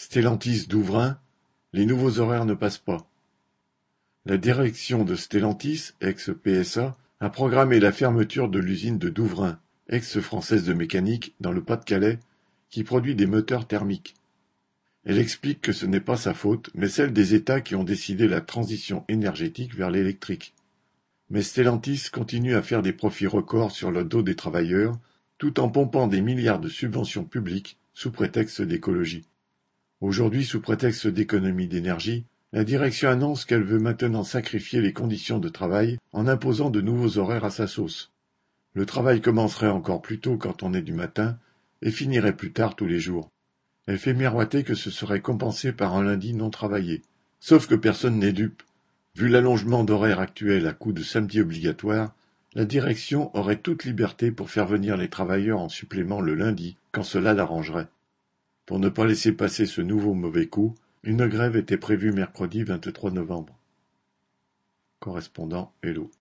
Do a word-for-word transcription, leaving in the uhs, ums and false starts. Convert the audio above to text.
Stellantis Douvrin, les nouveaux horaires ne passent pas. La direction de Stellantis, ex-P S A, a programmé la fermeture de l'usine de Douvrin, ex-Française de Mécanique, dans le Pas-de-Calais, qui produit des moteurs thermiques. Elle explique que ce n'est pas sa faute, mais celle des États qui ont décidé la transition énergétique vers l'électrique. Mais Stellantis continue à faire des profits records sur le dos des travailleurs, tout en pompant des milliards de subventions publiques sous prétexte d'écologie. Aujourd'hui, sous prétexte d'économie d'énergie, la direction annonce qu'elle veut maintenant sacrifier les conditions de travail en imposant de nouveaux horaires à sa sauce. Le travail commencerait encore plus tôt quand on est du matin et finirait plus tard tous les jours. Elle fait miroiter que ce serait compensé par un lundi non travaillé. Sauf que personne n'est dupe. Vu l'allongement d'horaire actuel à coup de samedi obligatoire, la direction aurait toute liberté pour faire venir les travailleurs en supplément le lundi, quand cela l'arrangerait. Pour ne pas laisser passer ce nouveau mauvais coup, une grève était prévue mercredi vingt-trois novembre. Correspondant Hello.